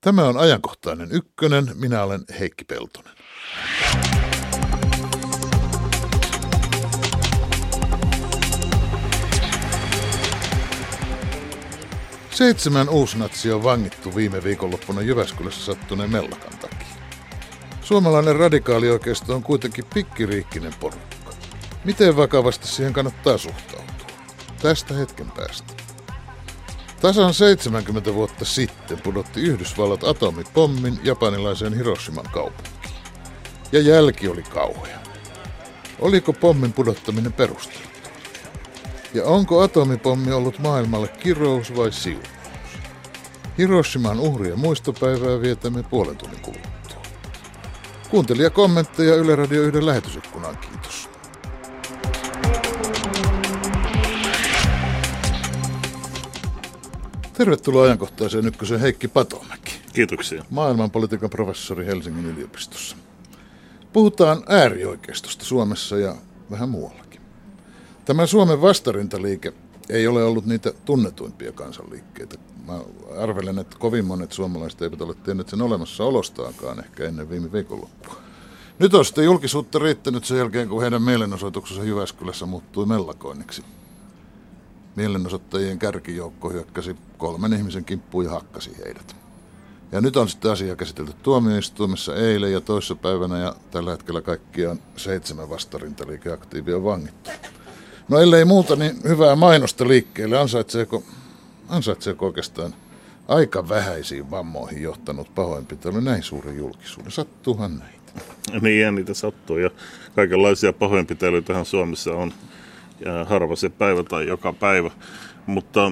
Tämä on ajankohtainen ykkönen. Minä olen Heikki Peltonen. Seitsemän uusnatsia on vangittu viime viikonloppuna Jyväskylässä sattuneen mellakan takia. Suomalainen radikaalioikeisto on kuitenkin pikkiriikkinen porukka. Miten vakavasti siihen kannattaa suhtautua? Tästä hetken päästä. Tasan 70 vuotta sitten pudotti Yhdysvallat atomipommin japanilaiseen Hiroshiman kaupunkiin. Ja jälki oli kauhea. Oliko pommin pudottaminen perusteltua? Ja onko atomipommi ollut maailmalle kirous vai siunaus? Hiroshiman uhrien muistopäivää vietämme puolen tunnin kuluttua. Kuuntelija kommentteja Yle Radio 1 lähetysikkunaan, kiitos. Tervetuloa ajankohtaiseen ykkösen Heikki Patomäki. Kiitoksia. Maailmanpolitiikan professori Helsingin yliopistossa. Puhutaan äärioikeistosta Suomessa ja vähän muuallakin. Tämä Suomen vastarintaliike ei ole ollut niitä tunnetuimpia kansanliikkeitä. Mä arvelen, että kovin monet suomalaiset eivät ole tienneet sen olemassaolostaankaan ehkä ennen viime viikonloppua. Nyt on sitten julkisuutta riittänyt sen jälkeen, kun heidän mielenosoituksensa Jyväskylässä muuttui mellakoinniksi. Mielenosoittajien kärkijoukko hyökkäsi 3 ihmisen kimppuun ja hakkasi heidät. Ja nyt on sitten asia käsitelty tuomioistuimessa eilen ja toissapäivänä ja tällä hetkellä kaikkiaan 7 vastarintaliikeaktiivia on vangittu. No ellei muuta, niin hyvää mainosta liikkeelle. Ansaitseeko oikeastaan aika vähäisiin vammoihin johtanut pahoinpitely näin suuren julkisuuden? Sattuuhan näitä. Niin ja niitä sattuu ja kaikenlaisia pahoinpitelyitä Suomessa on harva se päivä tai joka päivä. Mutta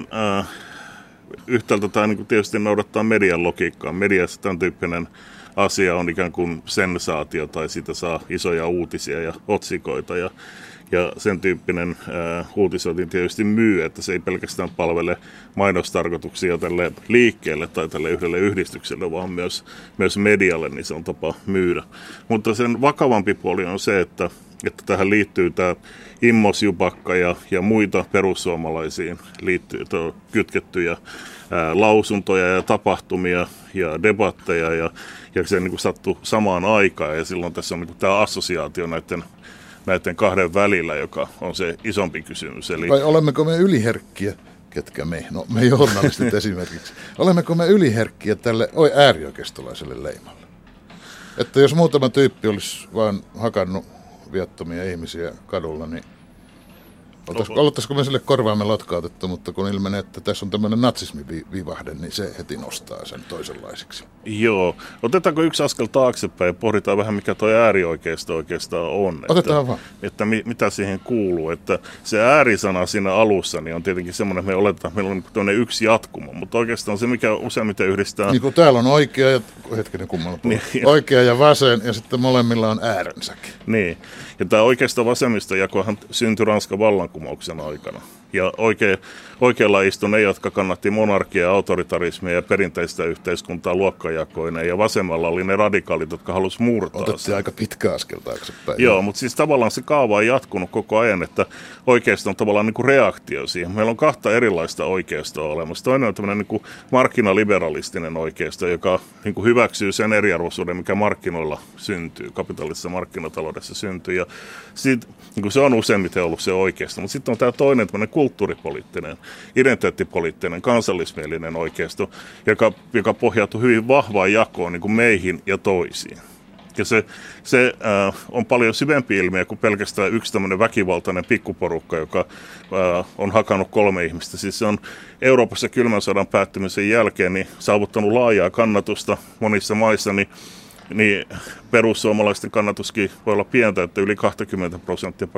yhtäältä tämä niin tietysti noudattaa median logiikkaa. Mediassa tämän tyyppinen asia on ikään kuin sensaatio tai siitä saa isoja uutisia ja otsikoita ja sen tyyppinen uutisointi tietysti myy, että se ei pelkästään palvele mainostarkoituksia tälle liikkeelle tai tälle yhdelle yhdistykselle, vaan myös medialle, niin se on tapa myydä. Mutta sen vakavampi puoli on se, että tähän liittyy tämä Immos Jupakka ja muita perussuomalaisiin kytkettyjä lausuntoja ja tapahtumia ja debatteja ja se niin kuin sattuu samaan aikaan ja silloin tässä on niin kuin tämä assosiaatio näiden kahden välillä, joka on se isompi kysymys. Eli vai olemmeko me yliherkkiä, ketkä me? No me journalistit esimerkiksi. Olemmeko me yliherkkiä tälle äärioikeistolaiselle leimalle? Että jos muutama tyyppi olisi vaan hakannut viattomia ihmisiä kadulla, niin oltaisiko me sille korvaamme lotkautettu, mutta kun ilmenee, että tässä on tämmöinen natsismivivahde, niin se heti nostaa sen toisenlaiseksi. Joo. Otetaanko yksi askel taaksepäin ja pohditaan vähän, mikä tuo äärioikeisto oikeastaan on. Otetaan vaan. Että mitä siihen kuuluu. Että se äärisana siinä alussa niin on tietenkin semmoinen, että me oletetaan, että meillä on toinen yksi jatkuma, mutta oikeastaan se, mikä useimmiten yhdistää. Niin kuin täällä on oikea ja kummalla puolella. Niin, oikea ja vasen ja sitten molemmilla on äärensäkin. Niin. Ja tämä oikeastaan vasemmistojakohan syntyi Ranskan vallankumouksen aikana. Ja oikealla istui ne, jotka kannatti monarkiaa, autoritarismia ja perinteistä yhteiskuntaa luokkajakoinen. Ja vasemmalla oli ne radikaalit, jotka halusivat murtaa. Otettiin aika pitkä askel taaksepäin. Joo, mutta siis tavallaan se kaava on jatkunut koko ajan, että oikeisto on tavallaan niin kuin reaktio siihen. Meillä on 2 erilaista oikeistoa olemassa. Toinen on tämmöinen niin kuin markkinaliberalistinen oikeisto, joka niin kuin hyväksyy sen eriarvoisuuden, mikä markkinoilla syntyy, kapitalistisessa markkinataloudessa syntyy. Ja siitä, niin kuin se on useimmiten ollut se oikeisto. Mutta sitten on tämä toinen tämmöinen kulttuuripoliittinen, identiteettipoliittinen, kansallismielinen oikeisto, joka pohjautuu hyvin vahvaan jakoon niin kuin meihin ja toisiin. Ja se on paljon syvempi ilmiö kuin pelkästään yksi tämmöinen väkivaltainen pikkuporukka, joka on hakannut 3 ihmistä. Siis se on Euroopassa kylmän sodan päättymisen jälkeen niin saavuttanut laajaa kannatusta monissa maissa, niin perussuomalaisten kannatuskin voi olla pientä, että yli 20%, jopa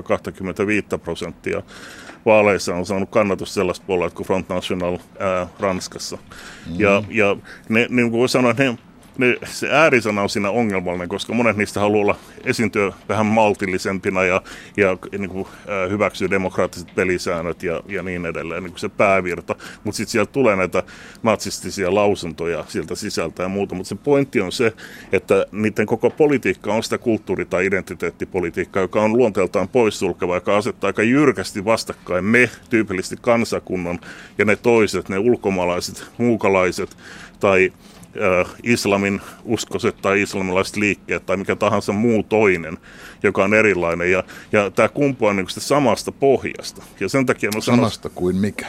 25% vaaleissa on saanut kannatus sellaista puolelta kuin Front National Ranskassa. Ja niin kuin voi sanoa, se äärisana on siinä ongelmallinen, koska monet niistä haluaa esiintyä vähän maltillisempina ja niin kuin, hyväksyä demokraattiset pelisäännöt ja niin edelleen, niin kuin se päävirta. Mutta sitten sieltä tulee näitä natsistisia lausuntoja sieltä sisältä ja muuta. Mutta se pointti on se, että niiden koko politiikka on sitä kulttuuri- tai identiteettipolitiikkaa, joka on luonteeltaan poissulkeva, joka asettaa aika jyrkästi vastakkain me, tyypillisesti kansakunnan, ja ne toiset, ne ulkomaalaiset, muukalaiset tai islamin uskoiset tai islamilaiset liikkeet tai mikä tahansa muu toinen, joka on erilainen. Ja tämä kumpuaa niin kuin samasta pohjasta. Ja sen takia samasta kuin mikä?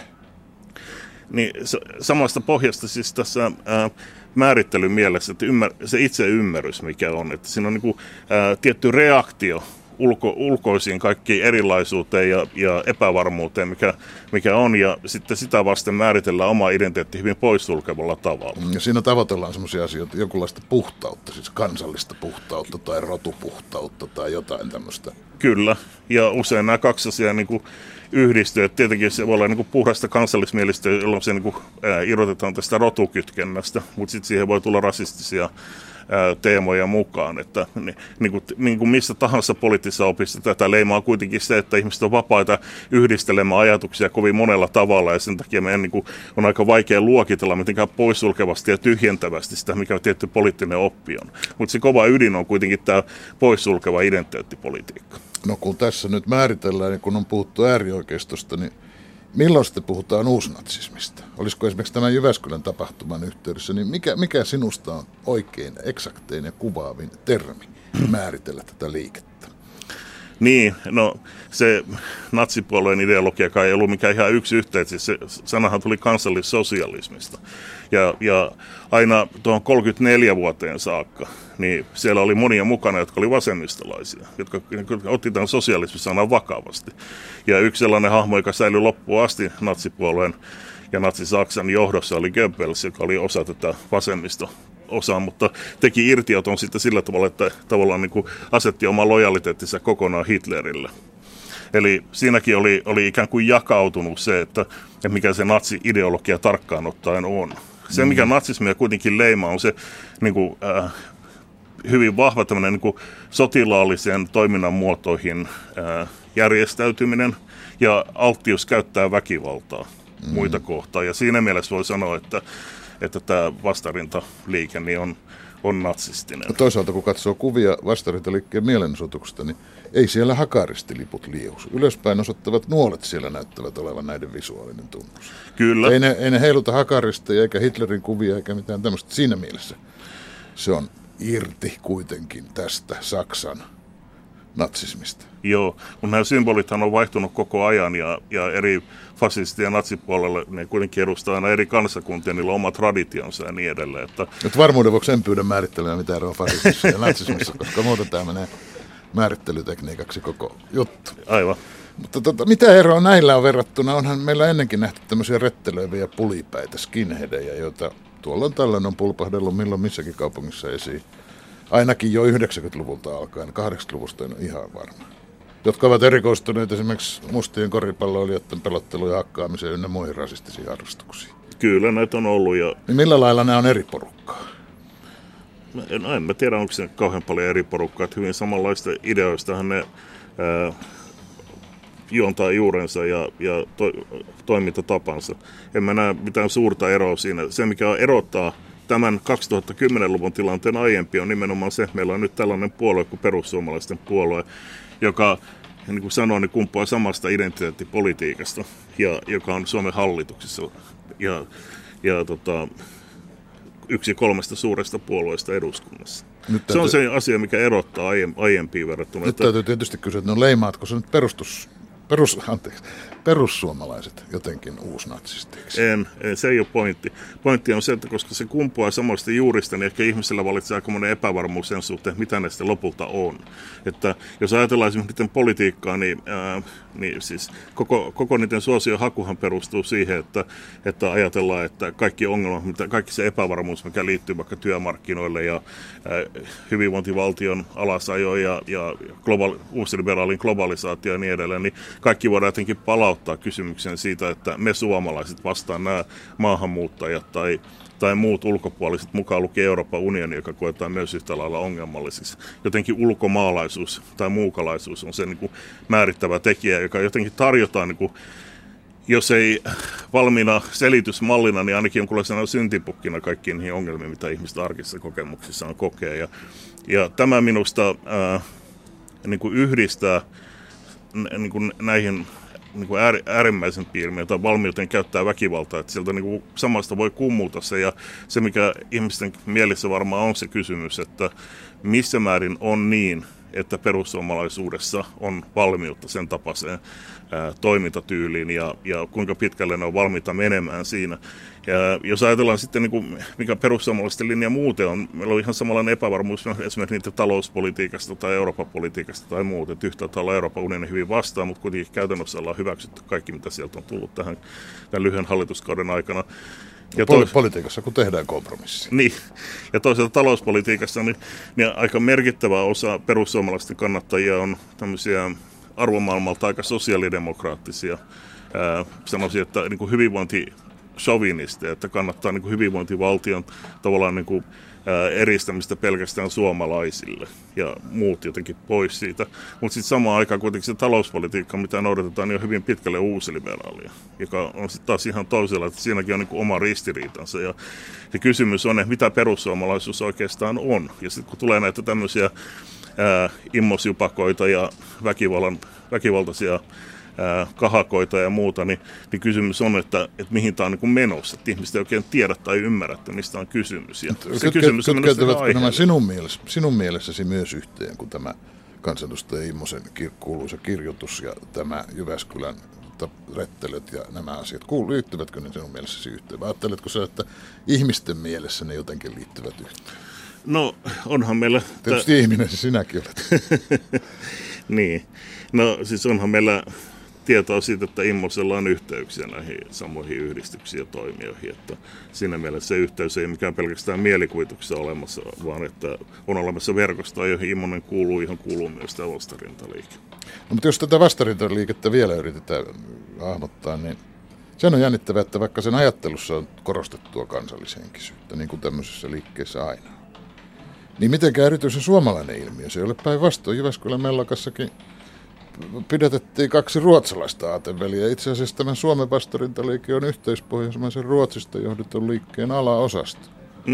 Niin, samasta pohjasta siis tässä määrittelyn mielessä, että se itseymmärrys mikä on. Että siinä on niin kuin, tietty reaktio ulkoisiin kaikkiin erilaisuuteen ja epävarmuuteen, mikä on, ja sitten sitä vasten määritellään oma identiteetti hyvin poissulkevalla tavalla. Ja siinä tavoitellaan sellaisia asioita, jonkunlaista puhtautta, siis kansallista puhtautta tai rotupuhtautta tai jotain tämmöistä. Kyllä, ja usein nämä kaksi asiaa niin kuin yhdistyy. Tietenkin se voi olla niin kuin puhdasta kansallismielistä, jolloin se niin kuin, irrotetaan tästä rotukytkennästä, mutta sitten siihen voi tulla rasistisia teemoja mukaan, että niin kuin missä tahansa poliittisessa opissa tätä leimaa kuitenkin se, että ihmiset on vapaita yhdistelemään ajatuksia kovin monella tavalla, ja sen takia meidän niin kuin on aika vaikea luokitella mitenkään poissulkevasti ja tyhjentävästi sitä, mikä tietty poliittinen oppi on. Mutta se kova ydin on kuitenkin tämä poissulkeva identiteettipolitiikka. No kun tässä nyt määritellään, niin kun on puhuttu äärioikeistosta, niin milloin sitten puhutaan uusnatsismista? Olisiko esimerkiksi tämän Jyväskylän tapahtuman yhteydessä, niin mikä sinusta on oikein, eksaktein ja kuvaavin termi määritellä tätä liikettä? Niin, no se natsipuolueen ideologia ei ollut mikään ihan yksi yhteen, siis se sanahan tuli kansallissosialismista. Ja aina tuohon 34 vuoteen saakka, niin siellä oli monia mukana, jotka oli vasemmistolaisia, jotka otti tämän sosialismisanan vakavasti. Ja yksi sellainen hahmo, joka säilyi loppuun asti natsipuolueen ja natsi-Saksan johdossa, oli Goebbels, joka oli osa tätä vasemmisto-osaa, mutta teki irtioton sitten sillä tavalla, että tavallaan niin kuin asetti oman lojaliteettinsa kokonaan Hitlerille. Eli siinäkin oli ikään kuin jakautunut se, että mikä se natsi-ideologia tarkkaan ottaen on. Se, mikä natsismia kuitenkin leimaa, on se niin kuin, hyvin vahva tämmöinen niin kuin sotilaallisen toiminnan muotoihin järjestäytyminen ja alttius käyttää väkivaltaa muita kohtaan. Ja siinä mielessä voi sanoa, että tämä vastarintaliike niin on natsistinen. No toisaalta kun katsoo kuvia vastarintaliikkeen mielenosoituksesta, niin ei siellä hakaristiliput liusu. Ylöspäin osoittavat nuolet siellä näyttävät olevan näiden visuaalinen tunnus. Kyllä. Ei ne heiluta hakaristeja eikä Hitlerin kuvia eikä mitään tämmöistä. Siinä mielessä se on irti kuitenkin tästä Saksan natsismista. Joo, mutta nämä symbolithan on vaihtunut koko ajan ja eri fasisti- ja natsipuolelle ne kuitenkin edustaa aina eri kansakuntia, niillä on oma traditionsa ja niin edelleen. Nyt varmuuden vuoksi en pyydä määrittelemään, mitä eroa fasismissa ja natsismissa, koska muuten tämä menee määrittelytekniikaksi koko juttu. Aivan. Mutta mitä eroa näillä on verrattuna? Onhan meillä ennenkin nähty tämmöisiä rettelöiviä pulipäitä, skinheadejä, joita tuolla tällöin on pulpahdellut milloin missäkin kaupungissa esiin. Ainakin jo 90-luvulta alkaen, 80-luvusta en ole ihan varma. Jotka ovat erikoistuneet esimerkiksi mustien koripalloilijoiden pelotteluun ja hakkaamiseen ynnä muihin rasistisiin harrastuksiin. Kyllä näitä on ollut. Niin millä lailla nämä on eri porukkaa? No en mä tiedä, onko se kauhean paljon eri porukkaa. Että hyvin samanlaista ideoistahan ne juontaa juurensa ja toimintatapansa. En mä näe mitään suurta eroa siinä. Se, mikä erottaa tämän 2010-luvun tilanteen aiempi, on nimenomaan se, että meillä on nyt tällainen puolue kuin perussuomalaisten puolue, joka, niin kuin sanoin, niin kumpuaa samasta identiteettipolitiikasta, ja joka on Suomen hallituksessa ja yksi 3 suuresta puolueesta eduskunnassa. Se on se asia, mikä erottaa aiempiin verrattuna. Nyt täytyy tietysti kysyä, että no leimaatko se nyt perussuomalaiset jotenkin uusnatsistiksi? Se ei ole pointti. Pointti on se, että koska se kumpuaa samoista juurista, niin ehkä ihmisellä valitsee aikamoinen epävarmuus sen suhteen, mitä ne sitten lopulta on. Että jos ajatellaan esimerkiksi niiden politiikkaa, niin siis koko niiden suosion hakuhan perustuu siihen, että ajatellaan, että kaikki ongelmat, kaikki se epävarmuus, mikä liittyy vaikka työmarkkinoille ja hyvinvointivaltion alasajoon ja uusliberaalin globalisaatioon ja niin edelleen, niin kaikki voidaan jotenkin palauttaa kysymyksen siitä, että me suomalaiset vastaan nämä maahanmuuttajat tai muut ulkopuoliset, mukaan lukien Euroopan unioni, joka koetaan myös yhtä lailla ongelmallisiksi. Jotenkin ulkomaalaisuus tai muukalaisuus on se niin kuin määrittävä tekijä, joka jotenkin tarjotaan, niin kuin, jos ei valmiina selitysmallina, niin ainakin jonkunlaisena syntipukkina kaikkiin niihin ongelmiin, mitä ihmiset arkisissa kokemuksissaan kokee. Ja tämä minusta niin kuin yhdistää niin kuin näihin niin kuin äärimmäisen piirmeen tai valmiuteen käyttää väkivaltaa, että sieltä niin kuin samasta voi kummuta se, ja se mikä ihmisten mielessä varmaan on se kysymys, että missä määrin on niin, että perussuomalaisuudessa on valmiutta sen tapaiseen toimintatyyliin ja kuinka pitkälle ne on valmiita menemään siinä. Ja jos ajatellaan sitten, niin kuin, mikä perussuomalaisten linja muuten on, meillä on ihan samanlainen epävarmuus esimerkiksi niiden talouspolitiikasta tai Euroopan politiikasta tai muuta. Että yhtäältä ollaan Euroopan unionin hyvin vastaan, mutta kuitenkin käytännössä ollaan hyväksytty kaikki, mitä sieltä on tullut tämän lyhyen hallituskauden aikana. Ja politiikassa, kun tehdään kompromissi. Niin, ja toisaalta talouspolitiikassa niin aika merkittävä osa perussuomalaisten kannattajia on tämmöisiä arvomaailmalta aika sosiaalidemokraattisia. Sanoisin, että niin kuin hyvinvointisovinisteja, että kannattaa niin kuin hyvinvointivaltion tavallaan niin kuin eristämistä pelkästään suomalaisille ja muut jotenkin pois siitä. Mutta sitten samaan aikaan kuitenkin se talouspolitiikka, mitä noudatetaan, niin on hyvin pitkälle uusliberaalia, joka on sitten taas ihan toisella, että siinäkin on niin kuin oma ristiriitansa. Ja kysymys on, että mitä perussuomalaisuus oikeastaan on. Ja sitten kun tulee näitä tämmöisiä immosjupakoita ja väkivaltaisia kahakoita ja muuta, niin kysymys on, että mihin tämä on niin kuin menossa. Että ihmiset ei oikein tiedä tai ymmärrä, että mistä on kysymys. Ja se kysymys on nämä sinun mielessäsi myös yhteen, kun tämä kansanedustaja Immosen kuuluisa kirjoitus ja tämä Jyväskylän rettelöt ja nämä asiat, liittyvätkö ne sinun mielessäsi yhteen? Vai ajatteletko sä, että ihmisten mielessä ne jotenkin liittyvät yhteen? No, onhan meillä... Tietysti ihminen sinäkin olet. Niin. No, siis onhan meillä tietoa siitä, että Immosella on yhteyksiä näihin samoihin yhdistyksiin ja toimijoihin. Että siinä mielessä se yhteys ei mikään pelkästään mielikuvituksessa olemassa, vaan että on olemassa verkostoa, joihin Immonen kuuluu, johon kuuluu myös tämä vastarintaliike. No, mutta jos tätä vastarintaliikettä vielä yritetään hahmottaa, niin sehän on jännittävää, että vaikka sen ajattelussa on korostettua kansallishenkisyyttä, niin kuin tämmöisessä liikkeessä aina, niin mitenkään erityisen suomalainen ilmiö. Se ei ole päinvastoin. Jyväskylän Mellakassakin pidätettiin 2 ruotsalaista aateveliä. Itse asiassa tämän Suomen vastarintaliike on yhteispohjoismaisen Ruotsista johdetun liikkeen alaosasta.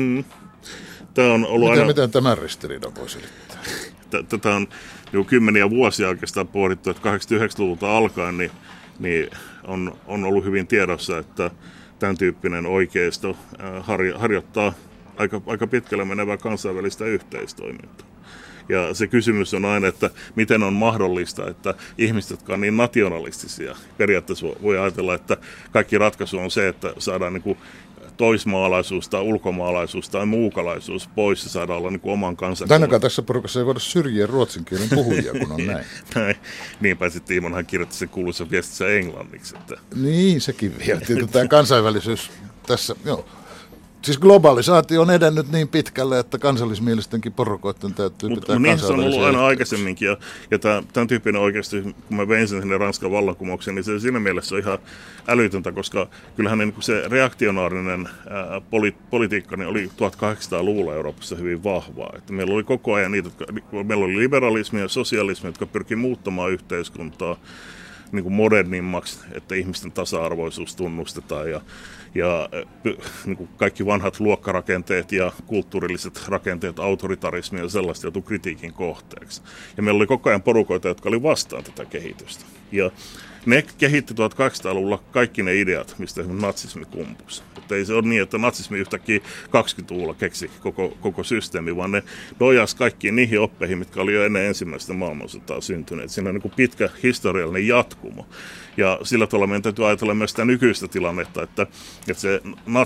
Tämä on ollut miten tämän ristiriidan voi selittää? Tätä on jo kymmeniä vuosia oikeastaan pohdittu, että 89-luvulta alkaen niin on ollut hyvin tiedossa, että tämän tyyppinen oikeisto harjoittaa aika pitkälle menevää kansainvälistä yhteistoimintaa. Ja se kysymys on aina, että miten on mahdollista, että ihmiset, jotka on niin nationalistisia, periaatteessa voi ajatella, että kaikki ratkaisu on se, että saadaan niin kuin toismaalaisuus tai ulkomaalaisuus tai muukalaisuus pois ja saadaan olla niin kuin oman kansan. Ainakaan tässä porukassa ei voida syrjiä ruotsin kielen puhujia, kun on näin. Niinpä sitten Imonhan kirjoitti sen kuuluisen viestissä englanniksi. Että... Niin, sekin vielä. Tämä kansainvälisyys tässä, joo. Siis globalisaatio on edennyt niin pitkälle, että kansallismielistenkin porukoiden täytyy pitää kansainvälisiä. Niin se on ollut aina aikaisemminkin. Ja tämän tyyppinen oikeasti, kun mä vein sen sinne Ranskan vallankumoukseen, niin se siinä mielessä on ihan älytöntä, koska kyllähän niin se reaktionaarinen politiikka niin oli 1800-luvulla Euroopassa hyvin vahvaa. Että meillä oli koko ajan niitä, meillä oli liberalismi ja sosialismi, jotka pyrkivät muuttamaan yhteiskuntaa niin kuin modernimmaksi, että ihmisten tasa-arvoisuus tunnustetaan ja niin kuin kaikki vanhat luokkarakenteet ja kulttuurilliset rakenteet, autoritarismi ja sellaista joutui kritiikin kohteeksi. Ja meillä oli koko ajan porukoita, jotka oli vastaan tätä kehitystä. Ja ne kehitti 1800-luvulla kaikki ne ideat, mistä esimerkiksi natsismi kumpusi. Että ei se ole niin, että natsismi yhtäkkiä 20-luvulla keksi koko systeemi, vaan ne nojasi kaikkiin niihin oppeihin, mitkä oli jo ennen ensimmäistä maailmansotaa syntyneet. Siinä on niin kuin pitkä historiallinen jatkumo. Ja sillä tavalla meidän täytyy ajatella myös sitä nykyistä tilannetta, että se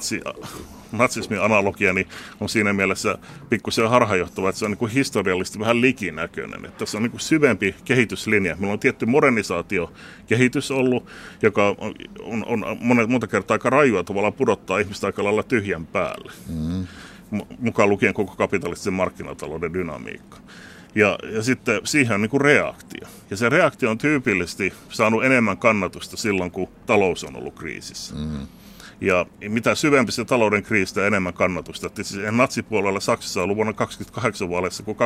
natsismin analogia niin on siinä mielessä pikkusen harhaanjohtava, että se on niin kuin historiallisesti vähän likinäköinen. Että tässä on niin kuin syvempi kehityslinja. Meillä on tietty modernisaatiokehitys ollut, joka on monta kertaa aika rajua tavallaan pudottaa ihmistä aika lailla tyhjän päälle. Mukaan lukien koko kapitalistisen markkinatalouden dynamiikka. Ja sitten siihen on niin kuin reaktio. Ja se reaktio on tyypillisesti saanut enemmän kannatusta silloin, kun talous on ollut kriisissä. Ja mitä syvempi se talouden kriisi, enemmän kannatusta. Että siis natsipuolella Saksassa on ollut vuonna 1928 vaaleissa kuin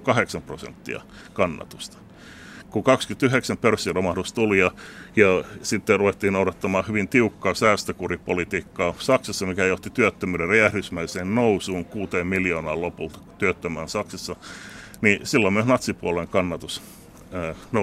2,8% kannatusta. Kun 29 pörssiromahdus tuli ja sitten ruvettiin noudattamaan hyvin tiukkaa säästökuripolitiikkaa Saksassa, mikä johti työttömyyden räjähdysmäiseen nousuun 6 miljoonaan lopulta työttömään Saksassa, niin silloin myös natsipuolueen kannatus nousi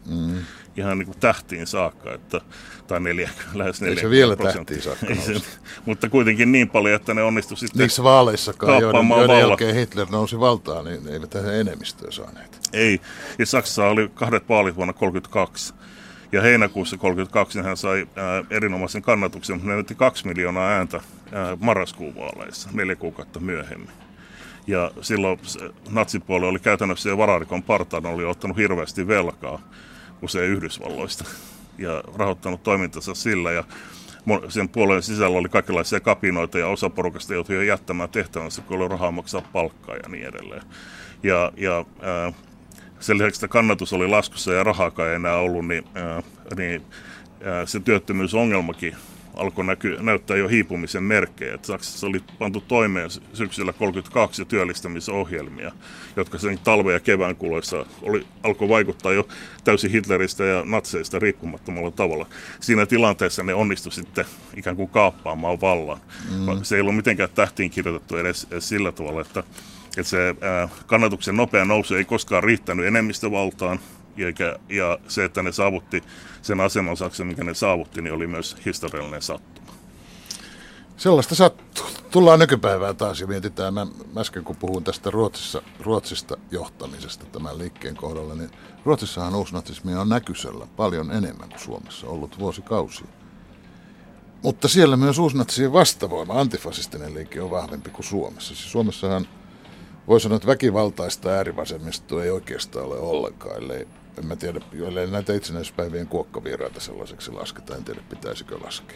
Ihan niin kuin tähtiin saakka, tai lähes 4%. Ei se vielä tähtiin saakka mutta kuitenkin niin paljon, että ne onnistu sitten niissä vaaleissakaan, joiden jälkeen Hitler nousi valtaan, niin eivät he enemmistöä saaneet. Ei, ja Saksassa oli 2 vaalit vuonna 1932. Ja heinäkuussa 1932 hän sai erinomaisen kannatuksen, mutta ne näytti 2 miljoonaa ääntä marraskuun vaaleissa 4 kuukautta myöhemmin. Ja silloin natsipuolue oli käytännössä jo vararikon partaan, oli ottanut hirveästi velkaa usein Yhdysvalloista ja rahoittanut toimintansa sillä. Ja sen puolueen sisällä oli kaikenlaisia kapinoita ja osa porukasta joutui jo jättämään tehtävänsä, kun oli rahaa maksaa palkkaa ja niin edelleen. Ja sen lisäksi, että kannatus oli laskussa ja rahaakaan ei enää ollut, niin se työttömyysongelmakin alkoi näyttää jo hiipumisen merkkejä. Että Saksassa oli pantu toimeen syksyllä 1932 työllistämisohjelmia, jotka sen talven ja kevään kuluessa alkoi vaikuttaa jo täysin Hitleristä ja natseista riippumattomalla tavalla. Siinä tilanteessa ne onnistui sitten ikään kuin kaappaamaan vallan. Se ei ollut mitenkään tähtiin kirjoitettu edes sillä tavalla, että se kannatuksen nopea nousu ei koskaan riittänyt enemmistövaltaan, ja se, että ne saavutti sen aseman Saksan, mikä ne saavutti, niin oli myös historiallinen sattuma. Sellaista sattuu. Tullaan nykypäivään taas ja mietitään, mä äsken kun puhuin tästä Ruotsista johtamisesta tämän liikkeen kohdalla, niin Ruotsissahan uusnatsismia on näkyisellä paljon enemmän kuin Suomessa ollut vuosikausia. Mutta siellä myös uusnatsien vastavoima, antifasistinen liike on vahvempi kuin Suomessa. Siis Suomessahan voi sanoa, että väkivaltaista äärivasemmistoa ei oikeastaan ole ollenkaan, en mä tiedä, joille näitä itsenäisyyspäivien kuokkavieraita sellaiseksi lasketaan, en tiedä pitäisikö laskea.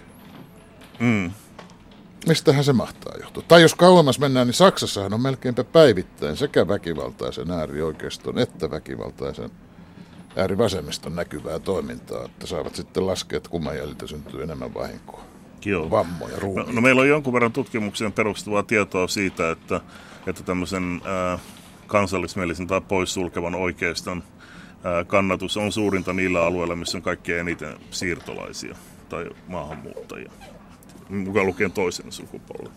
Mistähän se mahtaa johtua? Tai jos kauemmas mennään, niin Saksassahan on melkeinpä päivittäin sekä väkivaltaisen äärioikeiston että väkivaltaisen äärivasemmiston näkyvää toimintaa, että saavat sitten laskea, että kumman jäljiltä syntyy enemmän vahinkoa. Joo. Vammoja, ruumiita. No meillä on jonkun verran tutkimukseen perustuvaa tietoa siitä, että tämmöisen kansallismielisen tai poissulkevan oikeiston kannatus on suurinta niillä alueilla, missä on kaikkein eniten siirtolaisia tai maahanmuuttajia, mukaan lukien toisen sukupolven.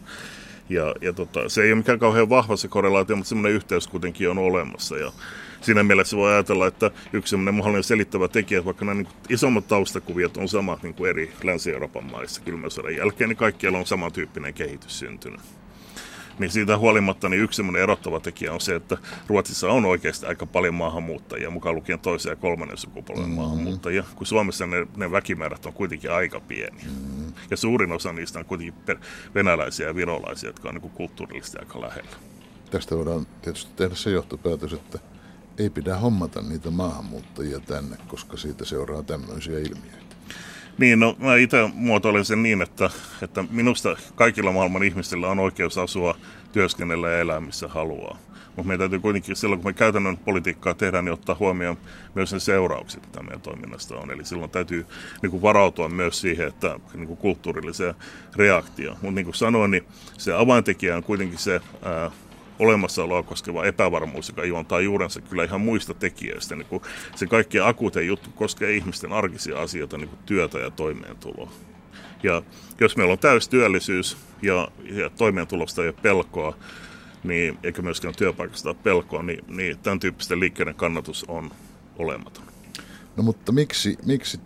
Ja se ei ole mikään kauhean vahva se korrelaatio, mutta semmoinen yhteys kuitenkin on olemassa. Ja siinä mielessä voi ajatella, että yksi semmoinen mahdollinen selittävä tekijä, vaikka nämä niin isommat taustakuviot on samat niin kuin eri Länsi-Euroopan maissa kylmän sodan jälkeen, niin kaikkialla on samantyyppinen kehitys syntynyt. Niin siitä huolimatta niin yksi semmoinen erottava tekijä on se, että Ruotsissa on oikeasti aika paljon maahanmuuttajia, mukaan lukien toisen ja kolmannen sukupolven maahanmuuttajia, kun Suomessa ne väkimäärät on kuitenkin aika pieni. Ja suurin osa niistä on kuitenkin venäläisiä ja virolaisia, jotka on niin kuin kulttuurillisesti aika lähellä. Tästä voidaan tietysti tehdä se johtopäätös, että ei pidä hommata niitä maahanmuuttajia tänne, koska siitä seuraa tämmöisiä ilmiöitä. Niin, no mä itse muotoilen sen niin, että minusta kaikilla maailman ihmisillä on oikeus asua, työskennellä ja elää missä haluaa. Mutta meidän täytyy kuitenkin silloin, kun me käytännön politiikkaa tehdään, niin ottaa huomioon myös ne seuraukset, mitä meidän toiminnasta on. Eli silloin täytyy niin kuin varautua myös siihen, että niin kuin kulttuurilliseen reaktioon. Mutta niin kuin sanoin, niin se avaintekijä on kuitenkin se olemassaoloa koskeva epävarmuus, joka juontaa juurensa kyllä ihan muista tekijöistä. Niin kuin se kaikkein akuutein juttu koskee ihmisten arkisia asioita, niin kuin työtä ja toimeentuloa. Ja jos meillä on täystyöllisyys ja toimeentulosta ei ole pelkoa, niin, eikä myöskään työpaikasta ole pelkoa, niin tämän tyyppisten liikkeiden kannatus on olematon. No mutta miksi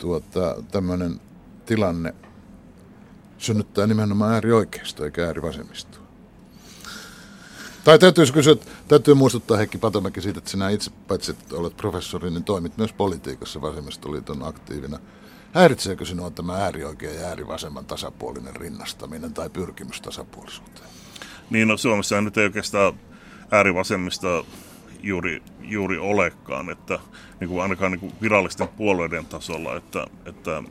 tämmöinen tilanne synnyttää nimenomaan äärioikeistoa eikä äärivasemmistoa? Tai täytyy muistuttaa Heikki Patomäki siitä, että sinä itse, paitsi että olet professori, niin toimit myös politiikassa Vasemmistoliiton aktiivina. Häiritseekö sinua tämä äärioikean ja äärivasemman tasapuolinen rinnastaminen tai pyrkimys tasapuolisuuteen? Niin, no Suomessa nyt ei oikeastaan äärivasemmista juuri olekaan, että niin kuin ainakaan niin kuin virallisten puolueiden tasolla, että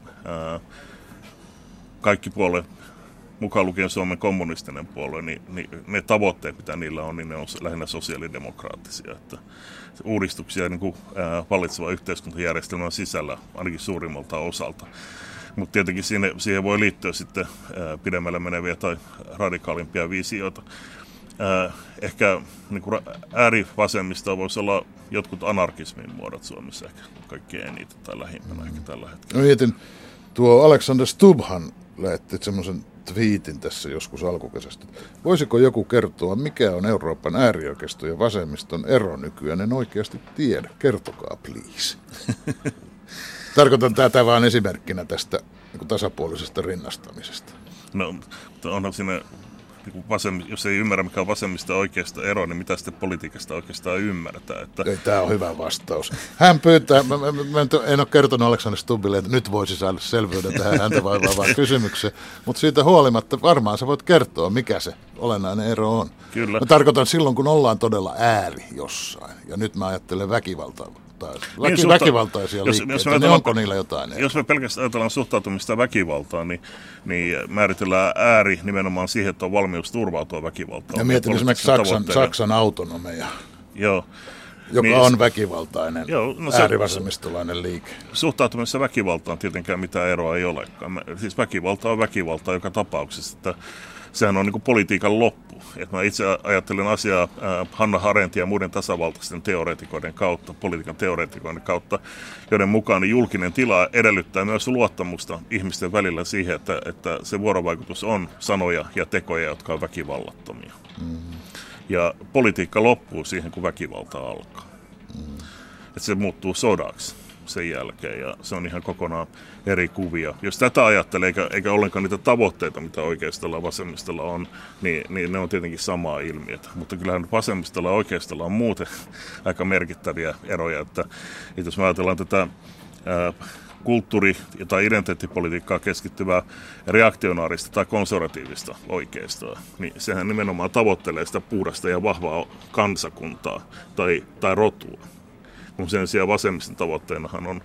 kaikki puolueet, mukaan lukien Suomen kommunistinen puolue, niin ne tavoitteet, mitä niillä on, niin ne on lähinnä sosiaalidemokraattisia. Että uudistuksia niin kuin vallitsevan yhteiskuntajärjestelmän sisällä ainakin suurimmalta osalta. Mutta tietenkin siihen voi liittyä sitten pidemmälle meneviä tai radikaalimpia visioita. Ehkä niin kuin äärivasemmista voisi olla jotkut anarkismin muodot Suomessa ehkä kaikkein eniten tai lähimpänä ehkä tällä hetkellä. No mietin, tuo Alexander Stubbhan lähetti semmoisen twiitin tässä joskus alkukesästä. Voisiko joku kertoa, mikä on Euroopan äärioikeiston ja vasemmiston ero nykyään? En oikeasti tiedä. Kertokaa, please. Tarkoitan tätä vain esimerkkinä tästä niin tasapuolisesta rinnastamisesta. No, onhan siinä, jos ei ymmärrä mikä on vasemmista oikeasta ero, niin mitä sitten politiikasta oikeastaan ymmärtää? Että... Tämä on hyvä vastaus. Hän pyytää, mä en ole kertonut Alexander Stubbille, että nyt voisi saada selvyyden tähän häntä vaivaan kysymykseen, mutta siitä huolimatta varmaan sä voit kertoa, mikä se olennainen ero on. Kyllä. Mä tarkoitan silloin, kun ollaan todella ääri jossain, ja nyt mä ajattelen väkivaltaa. Väkivaltaisia liikkeitä, niin onko niillä jotain? Jos me pelkästään ajatellaan suhtautumista väkivaltaan, niin määritellään ääri nimenomaan siihen, että on valmius turvautua väkivaltaan. Ja mietin esimerkiksi Saksan autonomia, joo. Joka niin, on väkivaltainen, äärivasemmistolainen liike. Suhtautumisessa väkivaltaan tietenkään mitään eroa ei olekaan. Siis väkivalta on väkivaltaa joka tapauksessa. Että sehän on niin kuin politiikan loppu. Et mä itse ajattelen asiaa Hannah Arendtin ja muiden tasavaltaisten teoreetikoiden kautta, politiikan teoreetikoiden kautta, joiden mukaan julkinen tila edellyttää myös luottamusta ihmisten välillä siihen, että se vuorovaikutus on sanoja ja tekoja, jotka on väkivallattomia. Ja politiikka loppuu siihen, kun väkivalta alkaa. Että se muuttuu sodaksi sen jälkeen, ja se on ihan kokonaan eri kuvia. Jos tätä ajattelee, eikä ollenkaan niitä tavoitteita, mitä oikeistolla ja vasemmistolla on, niin ne on tietenkin samaa ilmiötä. Mutta kyllähän vasemmistolla ja oikeistolla on muuten aika merkittäviä eroja, että jos me ajatellaan tätä kulttuuri- tai identiteettipolitiikkaa keskittyvää reaktionaarista tai konservatiivista oikeistoa, niin sehän nimenomaan tavoittelee sitä puhdasta ja vahvaa kansakuntaa tai rotua. Kun sen sijaan vasemmiston tavoitteenahan on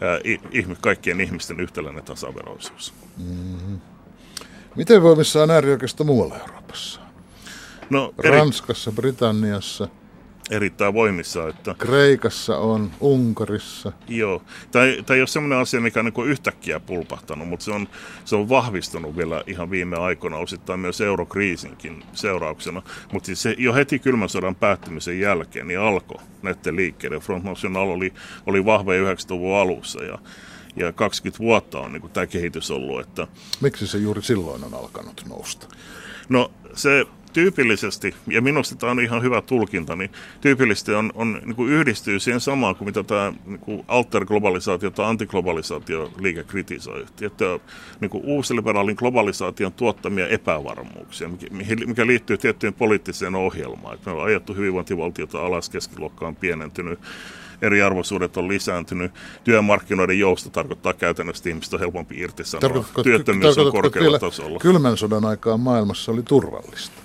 kaikkien ihmisten yhtäläinen tasaveroisuus. Mm-hmm. Miten voimissa on äärioikeisto muualla Euroopassa? No, Ranskassa, Britanniassa. Erittäin voimissa. Että... Kreikassa on, Unkarissa. Joo, tai ei ole sellainen asia, mikä on niin yhtäkkiä pulpahtanut, mutta se on vahvistunut vielä ihan viime aikoina, osittain myös eurokriisinkin seurauksena. Mutta siis se, jo heti kylmän sodan päättymisen jälkeen niin alkoi näiden liikkeiden. Front National oli vahva 90-luvun alussa ja 20 vuotta on niin tämä kehitys ollut. Että... Miksi se juuri silloin on alkanut nousta? No se... Tyypillisesti, ja minusta tämä on ihan hyvä tulkinta, niin tyypillisesti on niin kuin yhdistyy siihen samaan kuin mitä tämä niin alterglobalisaatio tai antiglobalisaatio liike kritisoi. Että niin kuin uusliberaalin globalisaation tuottamia epävarmuuksia, mikä liittyy tiettyyn poliittiseen ohjelmaan. Että me on ajettu hyvinvointivaltiota alas, keskiluokka on pienentynyt, eriarvoisuudet on lisääntynyt, työmarkkinoiden jousto tarkoittaa käytännössä, että ihmiset on helpompi irtisanoa, työttömyys on korkealla tasolla. Kylmän sodan aikaan maailmassa oli turvallista?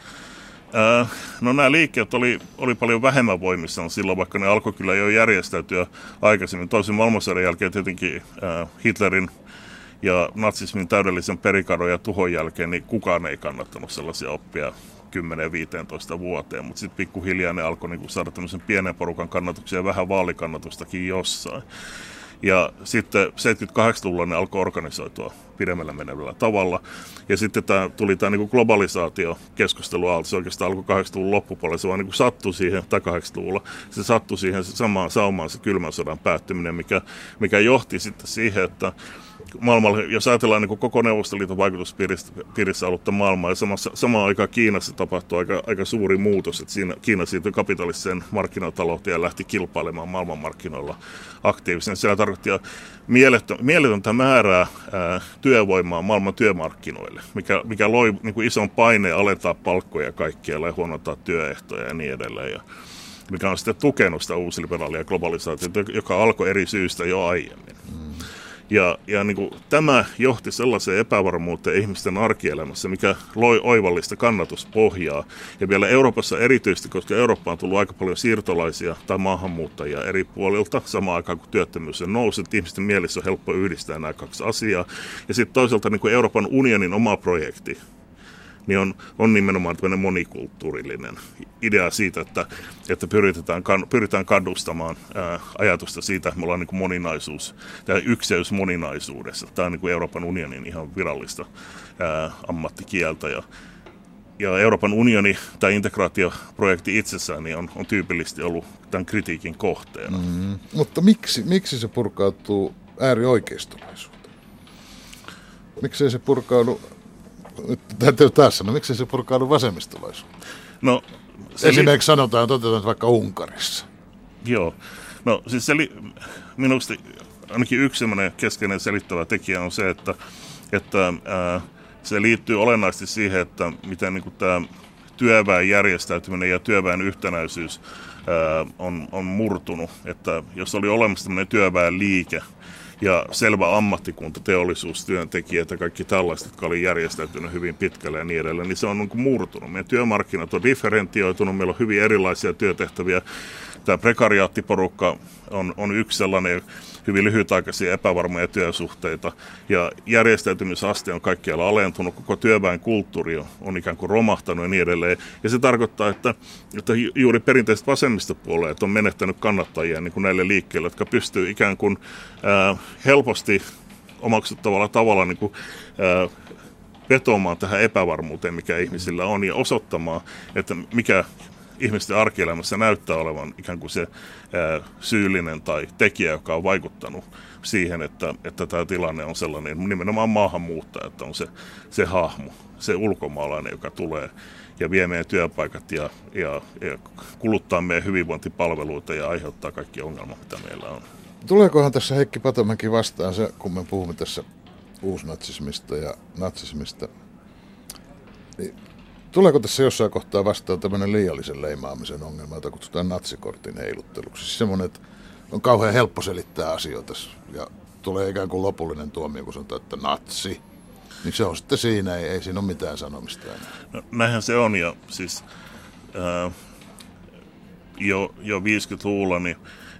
No nämä liikkeet oli paljon vähemmän voimissaan silloin, vaikka ne alkoi kyllä jo järjestäytyä aikaisemmin. Toisen maailmansodan jälkeen tietenkin Hitlerin ja natsismin täydellisen perikadon ja tuhon jälkeen niin kukaan ei kannattanut sellaisia oppia 10-15 vuoteen, mutta sitten pikkuhiljaa ne alkoi niin saada tämmöisen pienen porukan kannatuksia ja vähän vaalikannatustakin jossain. Ja sitten 78-luvulla ne alkoi organisoitua pidemmällä menevällä tavalla. Ja sitten tuli tämä niin globalisaatio-keskustelu aalto. Se oikeastaan alkoi 80-luvun loppupuolella. Se vaan niin sattui siihen, tai 80-luvulla, se sattui siihen samaan saumaan se kylmän sodan päättyminen, mikä johti sitten siihen, että maailmalla, jos ajatellaan niin koko Neuvostoliiton vaikutuspiirissä ollutta maailmaa, ja samaan aikaan Kiinassa tapahtui aika suuri muutos, että Kiina siirtyi kapitalistiseen markkinatalouteen ja lähti kilpailemaan maailmanmarkkinoilla aktiivisesti. Se tarkoitti mieletöntä määrää työvoimaa maailman työmarkkinoille, mikä loi niin kuin ison paineen alentaa palkkoja kaikkialla ja huonontaa työehtoja ja niin edelleen. Ja mikä on sitten tukenut sitä uusliberaalia globalisaatiota, joka alkoi eri syistä jo aiemmin. Ja niin kuin, tämä johti sellaiseen epävarmuuteen ihmisten arkielämässä, mikä loi oivallista kannatuspohjaa. Ja vielä Euroopassa erityisesti, koska Eurooppaan on tullut aika paljon siirtolaisia tai maahanmuuttajia eri puolilta, samaan aikaan kun työttömyys on noussut, ihmisten mielessä on helppo yhdistää nämä kaksi asiaa. Ja sitten toisaalta niin kuin Euroopan unionin oma projekti, niin on nimenomaan tämmöinen monikulttuurillinen idea siitä, että pyritään kannustamaan ajatusta siitä, että me ollaan niin kuin moninaisuus, tämä ykseys moninaisuudessa. Tämä on niin kuin Euroopan unionin ihan virallista ammattikieltä. Ja Euroopan unioni tai integraatioprojekti itsessään niin on tyypillisesti ollut tämän kritiikin kohteena. Mm. Mutta miksi se purkautuu äärioikeistolaisuuteen? Miksei se purkaudu... Täytyy taas sanoa, miksi se purkaudu vasemmistolaisuuteen? No, esimerkiksi toteutetaan vaikka Unkarissa. Joo. No siis minusta ainakin yksi sellainen keskeinen selittävä tekijä on se, että se liittyy olennaisesti siihen, että miten niin kuin tämä työväen järjestäytyminen ja työväen yhtenäisyys on murtunut. Että jos oli olemassa tämmöinen työväen liike ja selvä ammattikunta, teollisuustyöntekijät ja kaikki tällaiset, jotka oli järjestäytynyt hyvin pitkälle ja niin edelleen, niin se on niin kuin murtunut. Meidän työmarkkinat on differentioitunut, meillä on hyvin erilaisia työtehtäviä. Tämä prekariaattiporukka on yksi sellainen, hyvin lyhytaikaisia epävarmoja työsuhteita, ja järjestäytymisaste on kaikkialla alentunut, koko työväen kulttuuri on ikään kuin romahtanut ja niin edelleen. Ja se tarkoittaa, että juuri perinteiset vasemmistopuolueet on menettänyt kannattajia niin kuin näille liikkeille, jotka pystyy ikään kuin helposti omaksuttavalla tavalla niin kuin, vetoamaan tähän epävarmuuteen, mikä ihmisillä on, ja osoittamaan, että mikä ihmisten arkielämässä näyttää olevan ikään kuin se syyllinen tai tekijä, joka on vaikuttanut siihen, että tämä tilanne on sellainen, nimenomaan maahanmuuttaja, että on se hahmo, se ulkomaalainen, joka tulee ja vie meidän työpaikat ja kuluttaa meidän hyvinvointipalveluita ja aiheuttaa kaikki ongelmat, mitä meillä on. Tuleekohan tässä Heikki Patomäki vastaan se, kun me puhumme tässä uusnatsismista ja natsismista, niin tuleeko tässä jossain kohtaa vastaan tämmöinen liiallisen leimaamisen ongelma, jota kutsutaan natsikortin heilutteluksi? Siis semmoinen, että on kauhean helppo selittää asioita ja tulee ikään kuin lopullinen tuomio, kun sanotaan, että natsi. Niin se on sitten siinä, ei siinä ole mitään sanomista enää. No, näinhän se on, ja siis jo 50-luvulla niin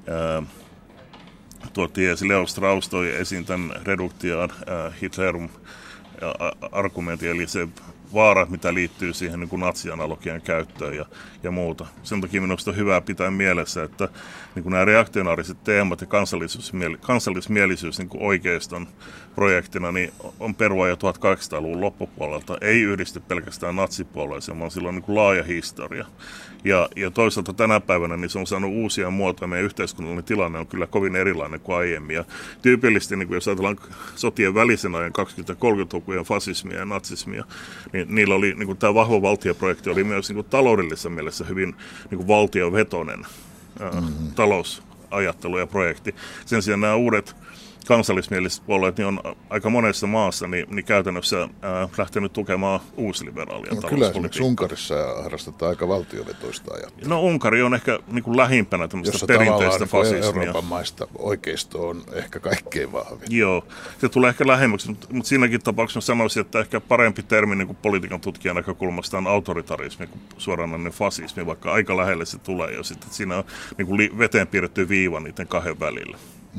tuotiin esille Leo Strauss toi esiin tämän reduktio Hitlerum argumentin, eli se vaara, mitä liittyy siihen niin kuin natsianalogian käyttöön ja muuta. Sen takia minusta on hyvä pitää mielessä, että niin kuin nämä reaktionaariset teemat ja kansallismielisyys niin kuin oikeiston projektina niin on perua jo 1800-luvun loppupuolelta. Ei yhdisty pelkästään natsipuolueeseen, vaan sillä on niin kuin laaja historia. Ja toisaalta tänä päivänä niin se on saanut uusia muotoja. Meidän yhteiskunnallinen tilanne on kyllä kovin erilainen kuin aiemmin. Ja tyypillisesti, niin kuin jos ajatellaan sotien välisen ajan 20-30-lukujen fasismia ja natsismia, niin niillä oli, niin kuin tämä vahva valtioprojekti oli myös niin kuin taloudellisessa mielessä hyvin niin kuin valtiovetoinen talousajattelu ja projekti. Sen sijaan nämä uudet kansallismieliset puolueet niin on aika monessa maassa niin käytännössä lähtenyt tukemaan uusliberaalia talouspolitiikkaa. Kyllä esimerkiksi Unkarissa harrastetaan aika valtiovetoista ajattelua. No Unkari on ehkä niin kuin lähimpänä tämmöistä perinteistä fasismia. Euroopan maista oikeisto on ehkä kaikkein vahvin. Joo, se tulee ehkä lähemmäksi, mutta siinäkin tapauksessa sanoisin, että ehkä parempi termi niin kuin politiikan tutkijan näkökulmasta on autoritarismi kuin suoranainen fasismi, vaikka aika lähelle se tulee jo sitten. Siinä on niin kuin veteen piirretty viiva niiden kahden välillä.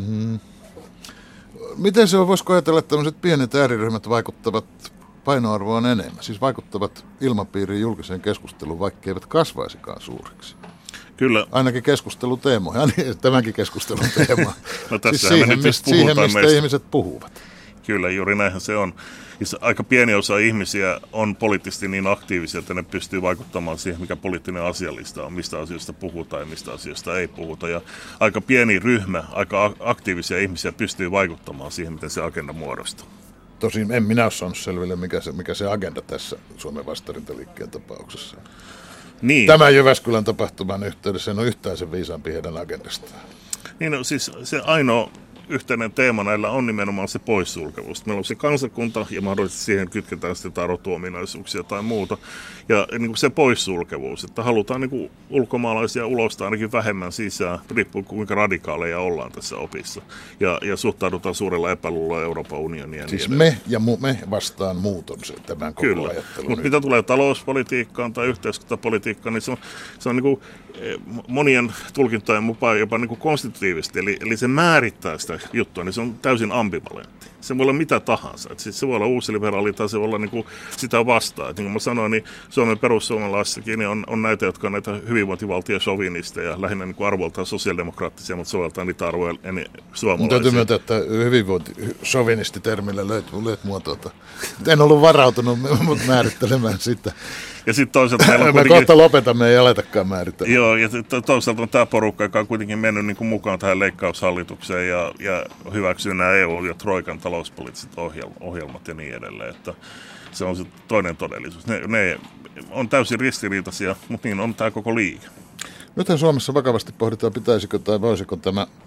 Miten se on, voisiko ajatella, että tämmöiset pienet ääriryhmät vaikuttavat painoarvoon enemmän? Siis vaikuttavat ilmapiiriin julkiseen keskusteluun, vaikka eivät kasvaisikaan suuriksi? Kyllä. Ainakin keskusteluteemoja, tämänkin keskustelun teema. No siis siihen, mistä ihmiset puhuvat. Kyllä, juuri näinhän se on. Aika pieni osa ihmisiä on poliittisesti niin aktiivisia, että ne pystyy vaikuttamaan siihen, mikä poliittinen asialista on, mistä asioista puhutaan ja mistä asioista ei puhuta. Ja aika pieni ryhmä, aika aktiivisia ihmisiä pystyy vaikuttamaan siihen, miten se agenda muodostuu. Tosin en minä ole saanut selville, mikä se agenda tässä Suomen vastarintaliikkeen tapauksessa. Niin. Tämän Jyväskylän tapahtuman yhteydessä en ole yhtään sen viisaampi heidän agendastaan. Niin, no, siis se ainoa yhteinen teema näillä on nimenomaan se poissulkevuus. Meillä on se kansakunta ja mahdollisesti siihen kytketään sitten rotuominaisuuksia tai muuta. Ja niin kuin se poissulkevuus, että halutaan niin kuin ulkomaalaisia ulostaa ainakin vähemmän sisään, riippuu kuinka radikaaleja ollaan tässä opissa. Ja suhtaudutaan suurella epäluulolla Euroopan unionia. Ja siis niin me vastaan muut on se tämän koko kyllä. Ajattelun. Mutta mitä tulee talouspolitiikkaan tai yhteiskuntapolitiikkaan, niin se on niin kuin monien tulkintojen mukaan jopa niin kuin konstitutiivisesti, eli se määrittää sitä juttua, niin se on täysin ambivalentti. Se voi olla mitä tahansa. Siis se voi olla uusiliberaali tai se voi olla niin kuin sitä vastaan. Et niin kuin mä sanoin, niin Suomen perussuomalaissakin niin on näitä, jotka on näitä hyvinvointivaltiosovinisteja, lähinnä niin kuin arvoltaan sosiaalidemokraattisia, mutta soveltaa niitä arvoja suomalaisia. Täytyy myöntää, että hyvinvointisovinisti-termillä löit mua en ollut varautunut määrittelemään sitä. Ja sitten toisaalta meillä on me kohta lopetamme, ei aletakaan määritellä. Joo, ja toisaalta on tämä porukka, joka on kuitenkin mennyt niin kuin mukaan tähän leikkaushallitukseen ja hyväksyy nämä EU- ja Troikan talouspoliittiset ohjelmat ja niin edelleen. Että se on se toinen todellisuus. Ne on täysin ristiriitaisia, mutta niin on tämä koko liike. Nythän Suomessa vakavasti pohditaan, pitäisikö tai voisiko tämä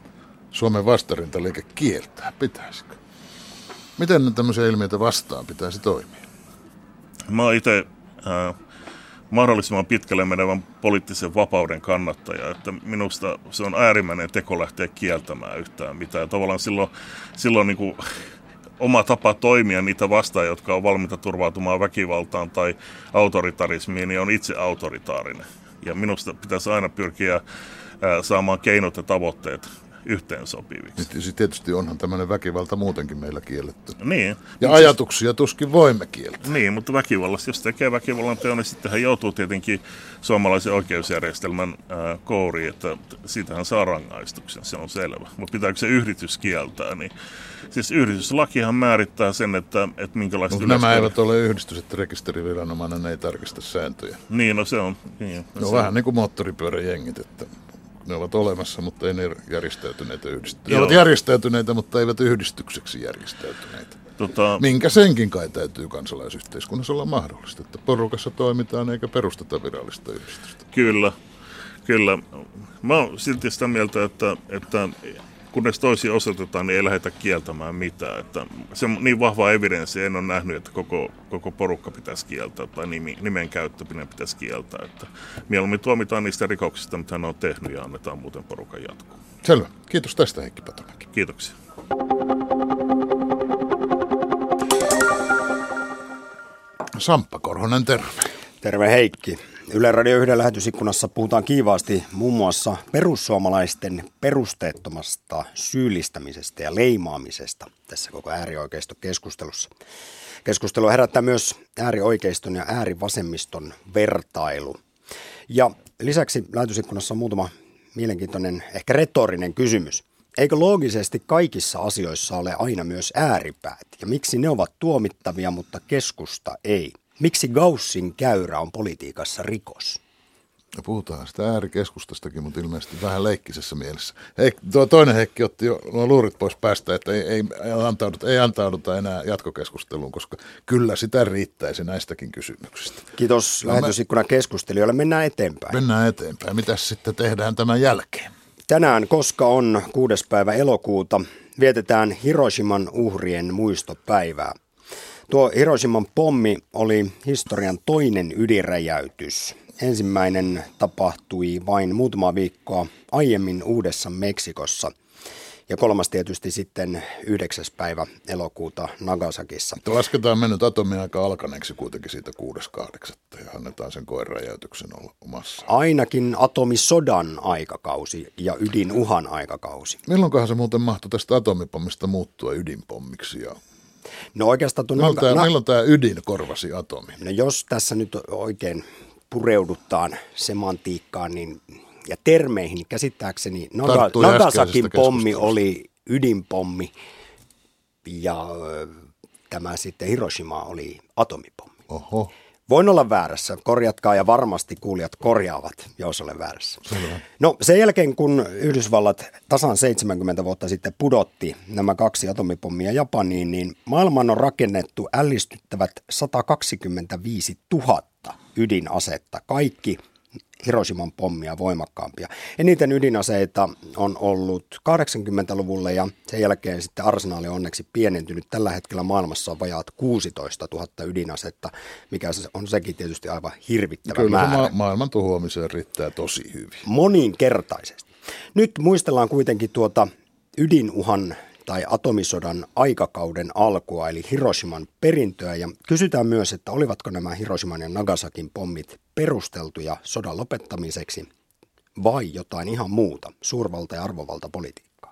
Suomen vastarintaliike kieltää? Pitäisikö? Miten tämmöisiä ilmiöitä vastaan pitäisi toimia? Mä oon itse mahdollisimman pitkälle menevän poliittisen vapauden kannattaja, että minusta se on äärimmäinen teko lähteä kieltämään yhtään mitään. Tavallaan silloin niin kuin oma tapa toimia niitä vastaan, jotka on valmiita turvautumaan väkivaltaan tai autoritarismiin, niin on itse autoritaarinen. Ja minusta pitäisi aina pyrkiä saamaan keinot ja tavoitteet yhteensopiviksi. Tietysti onhan tämmöinen väkivalta muutenkin meillä kielletty. Niin. Ja ajatuksia tuskin voimme kieltää. Niin, mutta väkivallasta, jos tekee väkivallan teon, niin sitten hän joutuu tietenkin suomalaisen oikeusjärjestelmän kouriin, että siitähän saa rangaistuksen, se on selvä. Mutta pitääkö se yhdistys kieltää? Niin, siis yhdistyslakihan määrittää sen, että minkälaista... Mutta nämä eivät ole yhdistys, että rekisteriviranomainen ei tarkista sääntöjä. Niin, no se on. Niin, no se vähän on niin kuin moottoripyöräjengit, että ne ovat olemassa, mutta ei ne järjestäytyneitä yhdistetty. Ne ovat järjestäytyneitä, mutta eivät yhdistykseksi järjestäytyneitä. Minkä senkin kai täytyy kansalaisyhteiskunnassa olla mahdollista, että porukassa toimitaan eikä perusteta virallista yhdistystä. Kyllä. Mä oon silti sitä mieltä, että kunnes toisia osoitetaan, niin ei lähdetä kieltämään mitään. Että se on niin vahva evidenssi, en ole nähnyt, että koko porukka pitäisi kieltää tai nimen käyttäminen pitäisi kieltää. Että mieluummin tuomitaan niistä rikoksista, mitä ne on tehnyt ja annetaan muuten porukan jatkuu. Selvä. Kiitos tästä, Heikki Patomäki. Kiitoksia. Samppa Korhonen, terve. Terve Heikki. Yle Radio 1 lähetysikkunassa puhutaan kiivaasti muun muassa perussuomalaisten perusteettomasta syyllistämisestä ja leimaamisesta tässä koko äärioikeistokeskustelussa. Keskustelu herättää myös äärioikeiston ja äärivasemmiston vertailu. Ja lisäksi lähetysikkunassa on muutama mielenkiintoinen, ehkä retorinen kysymys. Eikö loogisesti kaikissa asioissa ole aina myös ääripäät? Ja miksi ne ovat tuomittavia, mutta keskusta ei? Miksi Gaussin käyrä on politiikassa rikos? No puhutaan sitä äärikeskustastakin, mutta ilmeisesti vähän leikkisessä mielessä. Tuo toinen Heikki otti jo luurit pois päästä, että ei antauduta enää jatkokeskusteluun, koska kyllä sitä riittäisi näistäkin kysymyksistä. Kiitos lähetysikkunan keskustelijoille. Mennään eteenpäin. Mitäs sitten tehdään tämän jälkeen? Tänään, koska on 6. päivä elokuuta, vietetään Hiroshiman uhrien muistopäivää. Tuo Hiroshiman pommi oli historian toinen ydinräjäytys. Ensimmäinen tapahtui vain muutama viikkoa aiemmin Uudessa Meksikossa ja kolmas tietysti sitten 9. päivä elokuuta Nagasakissa. Lasketaan mennyt atomiaika alkaneeksi kuitenkin siitä 6.8. ja annetaan sen koeräjäytyksen olla omassa. Ainakin atomisodan aikakausi ja ydinuhan aikakausi. Milloinkohan se muuten mahtui tästä atomipommista muuttua ydinpommiksi ja... No oikeastaan milloin tämä ydin korvasi atomin? No jos tässä nyt oikein pureudutaan semantiikkaan ja termeihin, niin käsittääkseni Nagasakin pommi oli ydinpommi ja tämä sitten Hiroshima oli atomipommi. Oho. Voin olla väärässä, korjatkaa ja varmasti kuulijat korjaavat, jos olen väärässä. Selvä. No sen jälkeen, kun Yhdysvallat tasan 70 vuotta sitten pudotti nämä 2 atomipommia Japaniin, niin maailmaan on rakennettu ällistyttävät 125 000 ydinasetta, kaikki Hiroshiman pommia voimakkaampia. Eniten ydinaseita on ollut 80-luvulla ja sen jälkeen sitten arsenaali on onneksi pienentynyt. Tällä hetkellä maailmassa on vajaat 16 000 ydinasetta, mikä on sekin tietysti aivan hirvittävä määrä. Kyllä maailman tuhoamiseen riittää tosi hyvin. Moninkertaisesti. Nyt muistellaan kuitenkin tuota ydinuhan tai atomisodan aikakauden alkua, eli Hiroshiman perintöä, ja kysytään myös, että olivatko nämä Hiroshiman ja Nagasakin pommit perusteltuja sodan lopettamiseksi vai jotain ihan muuta, suurvalta- ja arvovaltapolitiikkaa.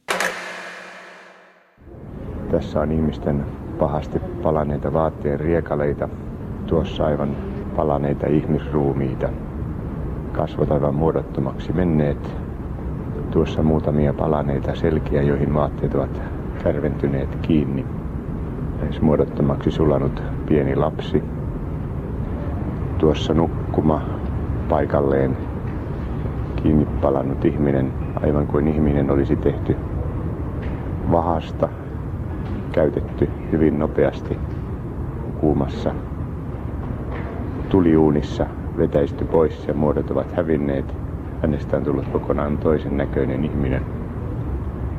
Tässä on ihmisten pahasti palaneita vaatteen riekaleita, tuossa aivan palaneita ihmisruumiita, kasvot aivan muodottomaksi menneet. Tuossa muutamia palaneita selkiä, joihin vaatteet ovat kärventyneet kiinni. Lähes muodottomaksi sulanut pieni lapsi. Tuossa nukkuma paikalleen kiinni palannut ihminen, aivan kuin ihminen olisi tehty vahasta, käytetty hyvin nopeasti kuumassa tuliuunissa, vetäisty pois ja muodot ovat hävinneet. Hänestä on tullut kokonaan toisen näköinen ihminen.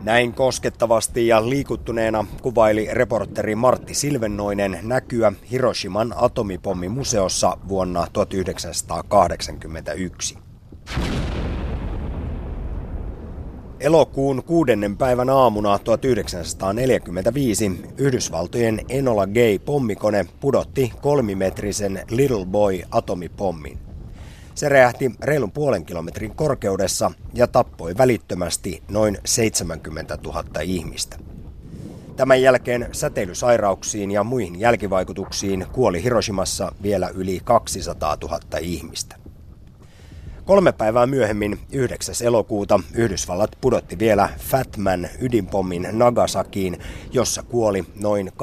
Näin koskettavasti ja liikuttuneena kuvaili reporteri Martti Silvennoinen näkyä Hiroshiman atomipommimuseossa vuonna 1981. Elokuun 6. päivän aamuna 1945 Yhdysvaltojen Enola Gay-pommikone pudotti 3-metrisen Little Boy-atomipommin. Se räjähti reilun 0,5 kilometrin korkeudessa ja tappoi välittömästi noin 70 000 ihmistä. Tämän jälkeen säteilysairauksiin ja muihin jälkivaikutuksiin kuoli Hiroshimassa vielä yli 200 000 ihmistä. 3 päivää myöhemmin, 9. elokuuta, Yhdysvallat pudotti vielä Fat Man ydinpommin Nagasakiin, jossa kuoli noin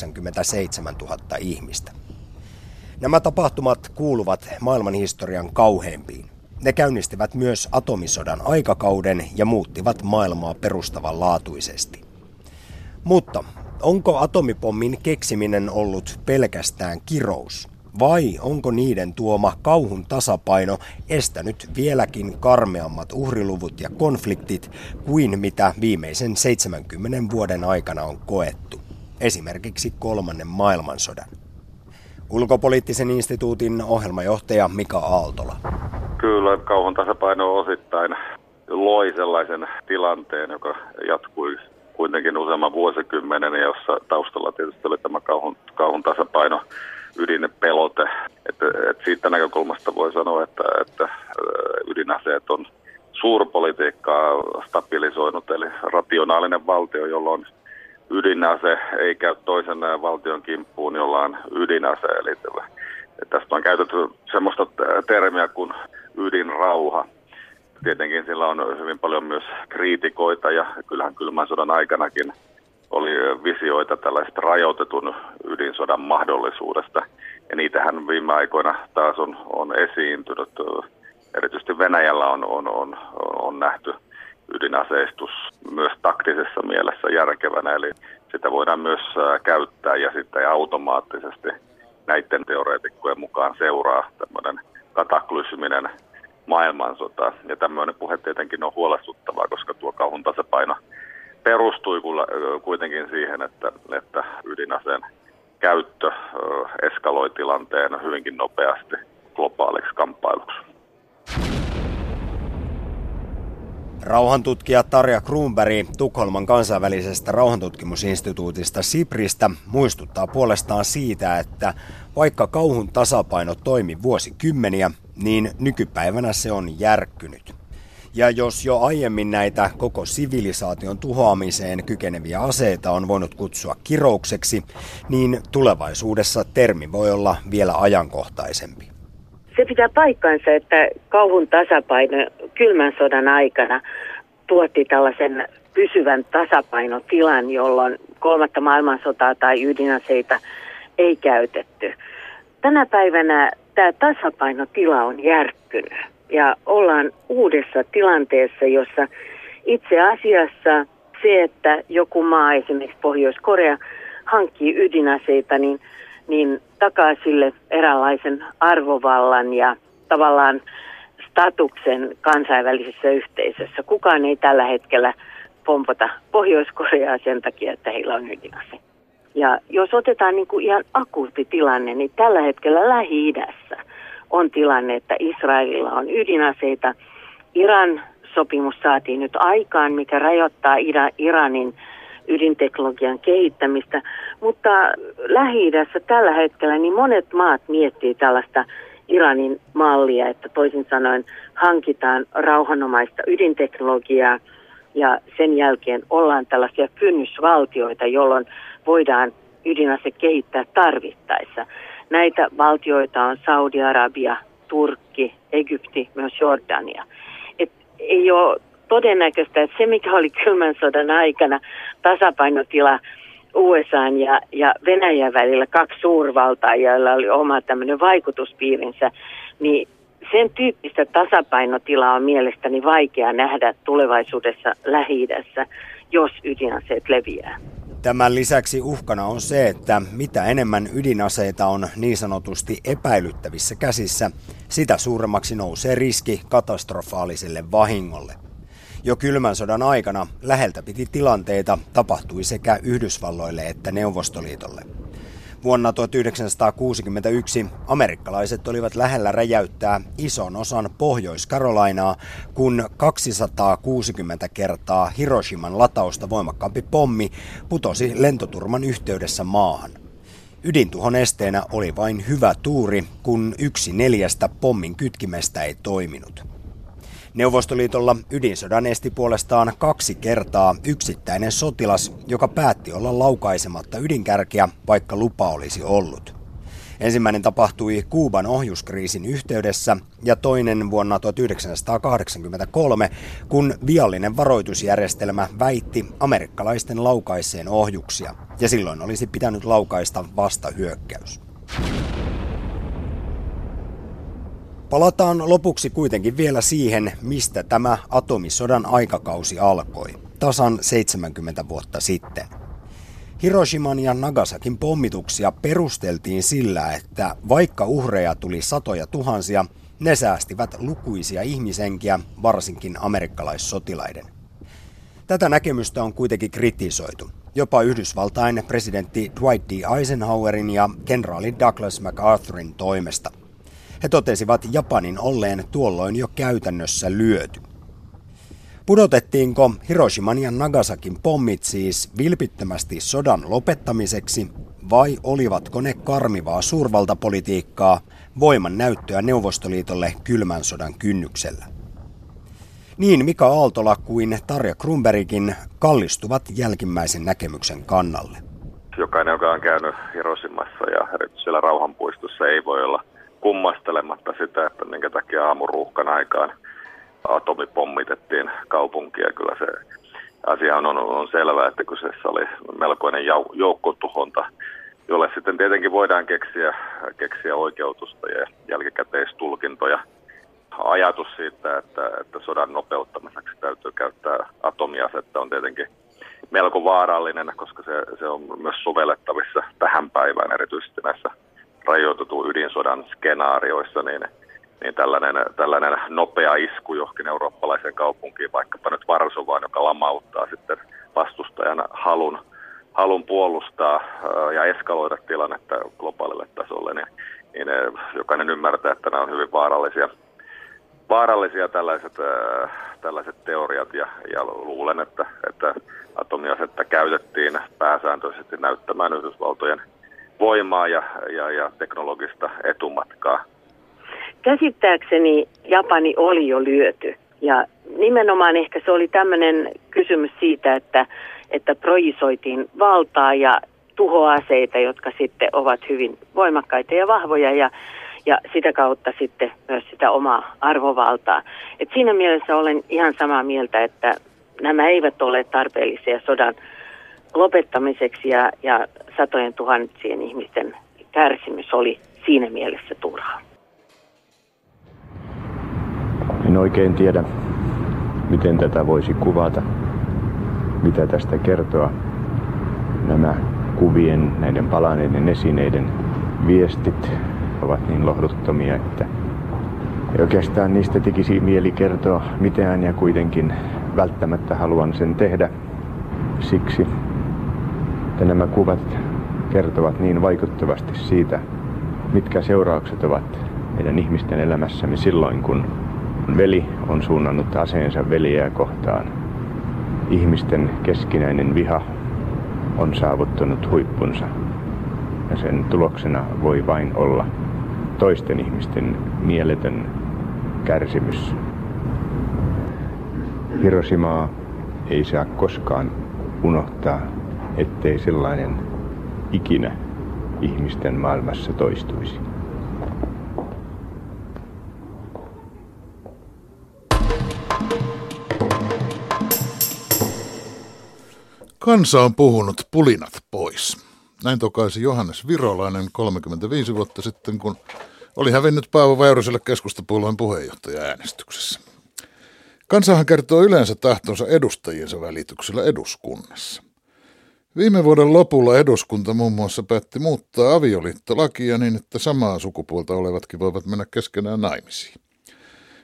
87 000 ihmistä. Nämä tapahtumat kuuluvat maailmanhistorian kauheimpiin. Ne käynnistivät myös atomisodan aikakauden ja muuttivat maailmaa perustavanlaatuisesti. Mutta onko atomipommin keksiminen ollut pelkästään kirous? Vai onko niiden tuoma kauhun tasapaino estänyt vieläkin karmeammat uhriluvut ja konfliktit kuin mitä viimeisen 70 vuoden aikana on koettu? Esimerkiksi 3. maailmansodan. Ulkopoliittisen instituutin ohjelmajohtaja Mika Aaltola. Kyllä kauhun tasapaino osittain loi sellaisen tilanteen, joka jatkui kuitenkin useamman vuosikymmenen, jossa taustalla tietysti oli tämä kauhun tasapaino, ydinpelote. Että siitä näkökulmasta voi sanoa, että ydinaseet on suurpolitiikkaa stabilisoinut, eli rationaalinen valtio, jolla on ydinase, ei käy toisen valtion kimppuun, jolla on ydinase. Eli tästä on käytetty semmoista termiä kuin ydinrauha. Tietenkin sillä on hyvin paljon myös kriitikoita ja kyllähän kylmän sodan aikanakin oli visioita tällaista rajoitetun ydinsodan mahdollisuudesta. Ja niitähän viime aikoina taas on esiintynyt. Erityisesti Venäjällä on nähty ydinaseistus myös taktisessa mielessä järkevänä, eli sitä voidaan myös käyttää ja sitten automaattisesti näiden teoreetikkojen mukaan seuraa tämmöinen kataklysminen maailmansota. Ja tämmöinen puhe tietenkin on huolestuttavaa, koska tuo kauhun tasapaino perustui kuitenkin siihen, että ydinaseen käyttö eskaloi tilanteen hyvinkin nopeasti globaaliksi kamppailuksi. Rauhantutkija Tarja Kruunberg Tukholman kansainvälisestä rauhantutkimusinstituutista SIPRistä muistuttaa puolestaan siitä, että vaikka kauhun tasapaino toimi vuosikymmeniä, niin nykypäivänä se on järkkynyt. Ja jos jo aiemmin näitä koko sivilisaation tuhoamiseen kykeneviä aseita on voinut kutsua kiroukseksi, niin tulevaisuudessa termi voi olla vielä ajankohtaisempi. Se pitää paikkansa, että kauhun tasapaino kylmän sodan aikana tuotti tällaisen pysyvän tasapainotilan, jolloin 3. maailmansotaa tai ydinaseita ei käytetty. Tänä päivänä tämä tasapainotila on järkkynyt ja ollaan uudessa tilanteessa, jossa itse asiassa se, että joku maa, esimerkiksi Pohjois-Korea, hankkii ydinaseita, niin takaa sille eräänlaisen arvovallan ja tavallaan statuksen kansainvälisessä yhteisössä. Kukaan ei tällä hetkellä pompota Pohjois-Koreaa sen takia, että heillä on ydinase. Ja jos otetaan niin kuin ihan akuutti tilanne, niin tällä hetkellä Lähi-idässä on tilanne, että Israelilla on ydinaseita. Iran sopimus saatiin nyt aikaan, mikä rajoittaa Iranin ydinteknologian kehittämistä, mutta Lähi-idässä tällä hetkellä niin monet maat miettii tällaista Iranin mallia, että toisin sanoen hankitaan rauhanomaista ydinteknologiaa ja sen jälkeen ollaan tällaisia kynnysvaltioita, jolloin voidaan ydinase kehittää tarvittaessa. Näitä valtioita on Saudi-Arabia, Turkki, Egypti, myös Jordania. Ei ole todennäköistä, että se mikä oli kylmän sodan aikana tasapainotila USA:n ja Venäjän välillä, 2 suurvaltaa, joilla oli oma tämmöinen vaikutuspiirinsä, niin sen tyyppistä tasapainotilaa on mielestäni vaikea nähdä tulevaisuudessa Lähi-idässä, jos ydinaseet leviää. Tämän lisäksi uhkana on se, että mitä enemmän ydinaseita on niin sanotusti epäilyttävissä käsissä, sitä suuremmaksi nousee riski katastrofaaliselle vahingolle. Jo kylmän sodan aikana läheltä piti tilanteita tapahtui sekä Yhdysvalloille että Neuvostoliitolle. Vuonna 1961 amerikkalaiset olivat lähellä räjäyttää ison osan Pohjois-Carolinaa, kun 260 kertaa Hiroshiman latausta voimakkaampi pommi putosi lentoturman yhteydessä maahan. Ydintuhon esteenä oli vain hyvä tuuri, kun 1/4 pommin kytkimestä ei toiminut. Neuvostoliitolla ydinsodan esti puolestaan 2 kertaa yksittäinen sotilas, joka päätti olla laukaisematta ydinkärkeä, vaikka lupa olisi ollut. Ensimmäinen tapahtui Kuuban ohjuskriisin yhteydessä ja toinen vuonna 1983, kun viallinen varoitusjärjestelmä väitti amerikkalaisten laukaisseen ohjuksia, ja silloin olisi pitänyt laukaista vastahyökkäys. Palataan lopuksi kuitenkin vielä siihen, mistä tämä atomisodan aikakausi alkoi, tasan 70 vuotta sitten. Hiroshiman ja Nagasakin pommituksia perusteltiin sillä, että vaikka uhreja tuli satoja tuhansia, ne säästivät lukuisia ihmishenkiä, varsinkin amerikkalaissotilaiden. Tätä näkemystä on kuitenkin kritisoitu, jopa Yhdysvaltain presidentti Dwight D. Eisenhowerin ja kenraali Douglas MacArthurin toimesta. He totesivat Japanin olleen tuolloin jo käytännössä lyöty. Pudotettiinko Hiroshiman ja Nagasakin pommit siis vilpittömästi sodan lopettamiseksi, vai olivatko ne karmivaa suurvaltapolitiikkaa, voiman näyttöä Neuvostoliitolle kylmän sodan kynnyksellä? Niin Mika Aaltola kuin Tarja Kruunbergkin kallistuvat jälkimmäisen näkemyksen kannalle. Jokainen, joka on käynyt Hiroshimassa ja erityisesti siellä rauhanpuistossa, ei voi olla kummastelematta sitä, että minkä takia aamuruuhkan aikaan atomipommitettiin kaupunkia. Kyllä se asia on selvää, että kyseessä oli melkoinen joukkotuhonta, jolle sitten tietenkin voidaan keksiä oikeutusta ja jälkikäteistulkintoja. Ajatus siitä, että sodan nopeuttamiseksi täytyy käyttää atomiasetta, on tietenkin melko vaarallinen, koska se on myös sovellettavissa tähän päivään, erityisesti näissä rajoitetun ydinsodan skenaarioissa, niin tällainen nopea isku johonkin eurooppalaiseen kaupunkiin, vaikkapa nyt Varsovaan, joka lamauttaa sitten vastustajan halun puolustaa ja eskaloida tilannetta globaalille tasolle, niin jokainen ymmärtää, että nämä on hyvin vaarallisia tällaiset teoriat, ja luulen, että atomiasetta käytettiin pääsääntöisesti näyttämään Yhdysvaltojen voimaa ja teknologista etumatkaa. Käsittääkseni Japani oli jo lyöty, ja nimenomaan ehkä se oli tämmöinen kysymys siitä, että projisoitiin valtaa ja tuhoaseita, jotka sitten ovat hyvin voimakkaita ja vahvoja, ja sitä kautta sitten myös sitä omaa arvovaltaa. Et siinä mielessä olen ihan samaa mieltä, että nämä eivät ole tarpeellisia sodan lopettamiseksi, ja satojen tuhansien ihmisten kärsimys oli siinä mielessä turhaa. En oikein tiedä, miten tätä voisi kuvata, mitä tästä kertoa. Nämä kuvien, näiden palaneiden esineiden viestit ovat niin lohduttomia, että ei oikeastaan niistä tekisi mieli kertoa mitään, ja kuitenkin välttämättä haluan sen tehdä siksi, että nämä kuvat kertovat niin vaikuttavasti siitä, mitkä seuraukset ovat meidän ihmisten elämässämme silloin, kun veli on suunnannut aseensa veljeä kohtaan. Ihmisten keskinäinen viha on saavuttanut huippunsa, ja sen tuloksena voi vain olla toisten ihmisten mieletön kärsimys. Hiroshimaa ei saa koskaan unohtaa, ettei sellainen ikinä ihmisten maailmassa toistuisi. Kansa on puhunut pulinat pois. Näin tokaisi Johannes Virolainen 35 vuotta sitten, kun oli hävinnyt Paavo Väyryselle keskustapuolueen puheenjohtaja-äänestyksessä. Kansahan kertoo yleensä tahtonsa edustajiensa välityksellä eduskunnassa. Viime vuoden lopulla eduskunta muun muassa päätti muuttaa avioliittolakia niin, että samaa sukupuolta olevatkin voivat mennä keskenään naimisiin.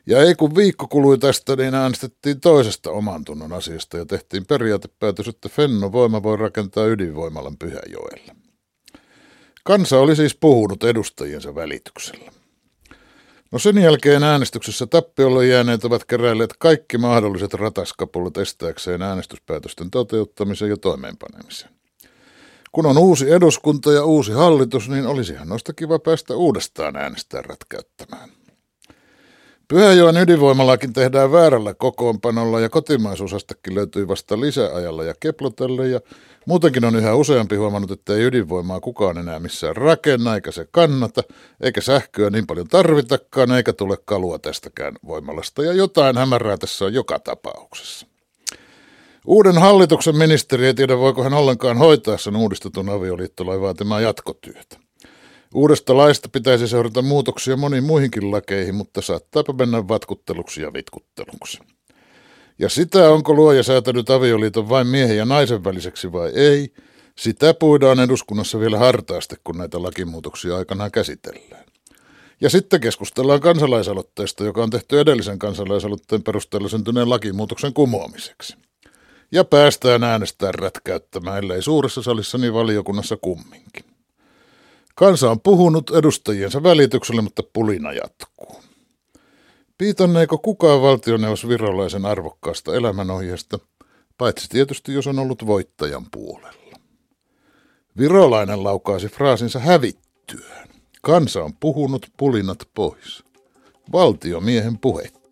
Ja ei kun viikko kului tästä, niin äänestettiin toisesta oman tunnon asiasta ja tehtiin periaatepäätös, että Fennovoima voi rakentaa ydinvoimalan Pyhäjoelle. Kansa oli siis puhunut edustajiensa välityksellä. No sen jälkeen äänestyksessä tappiolle jääneet ovat keräilleet kaikki mahdolliset rataskapulat estääkseen äänestyspäätösten toteuttamisen ja toimeenpanemisen. Kun on uusi eduskunta ja uusi hallitus, niin olisihan noista kiva päästä uudestaan äänestään rätkäyttämään. Pyhäjoen ydinvoimalakin tehdään väärällä kokoonpanolla ja kotimaisuusastekin löytyy vasta lisäajalla ja keplotelle ja muutenkin on yhä useampi huomannut, että ei ydinvoimaa kukaan enää missään rakenna eikä se kannata, eikä sähköä niin paljon tarvitakaan eikä tule kalua tästäkään voimalasta ja jotain hämärää tässä on joka tapauksessa. Uuden hallituksen ministeri ei tiedä, voiko hän ollenkaan hoitaa sen uudistetun avioliittolain vaatimaa jatkotyötä. Uudesta laista pitäisi seurata muutoksia moniin muihinkin lakeihin, mutta saattaapa mennä vatkutteluksi ja vitkutteluksi. Ja sitä, onko luoja säätänyt avioliiton vain miehen ja naisen väliseksi vai ei, sitä puidaan eduskunnassa vielä hartaasti, kun näitä lakimuutoksia aikanaan käsitellään. Ja sitten keskustellaan kansalaisaloitteesta, joka on tehty edellisen kansalaisaloitteen perusteella syntyneen lakimuutoksen kumoamiseksi. Ja päästään äänestään rätkäyttämään, ellei suuressa salissa niin valiokunnassa kumminkin. Kansa on puhunut edustajiensa välityksellä, mutta pulina jatkuu. Piitanneeko kukaan valtioneuvos Virolaisen arvokkaasta elämänohjeesta, paitsi tietysti jos on ollut voittajan puolella. Virolainen laukaasi fraasinsa hävittyään. Kansa on puhunut, pulinat pois. Valtiomiehen puhetta.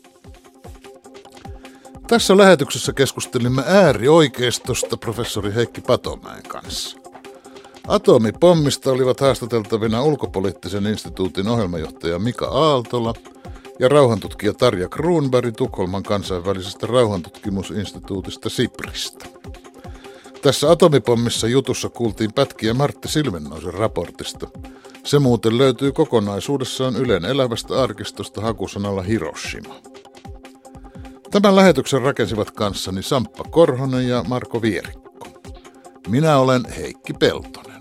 Tässä lähetyksessä keskustelimme äärioikeistosta professori Heikki Patomäen kanssa. Atomipommista olivat haastateltavina Ulkopoliittisen instituutin ohjelmajohtaja Mika Aaltola ja rauhantutkija Tarja Kruunberg Tukholman kansainvälisestä rauhantutkimusinstituutista SIPRistä. Tässä Atomipommissa jutussa kuultiin pätkiä Martti Silvennoisen raportista. Se muuten löytyy kokonaisuudessaan Ylen elävästä arkistosta hakusanalla Hiroshima. Tämän lähetyksen rakensivat kanssani Samppa Korhonen ja Marko Vierikko. Minä olen Heikki Peltonen.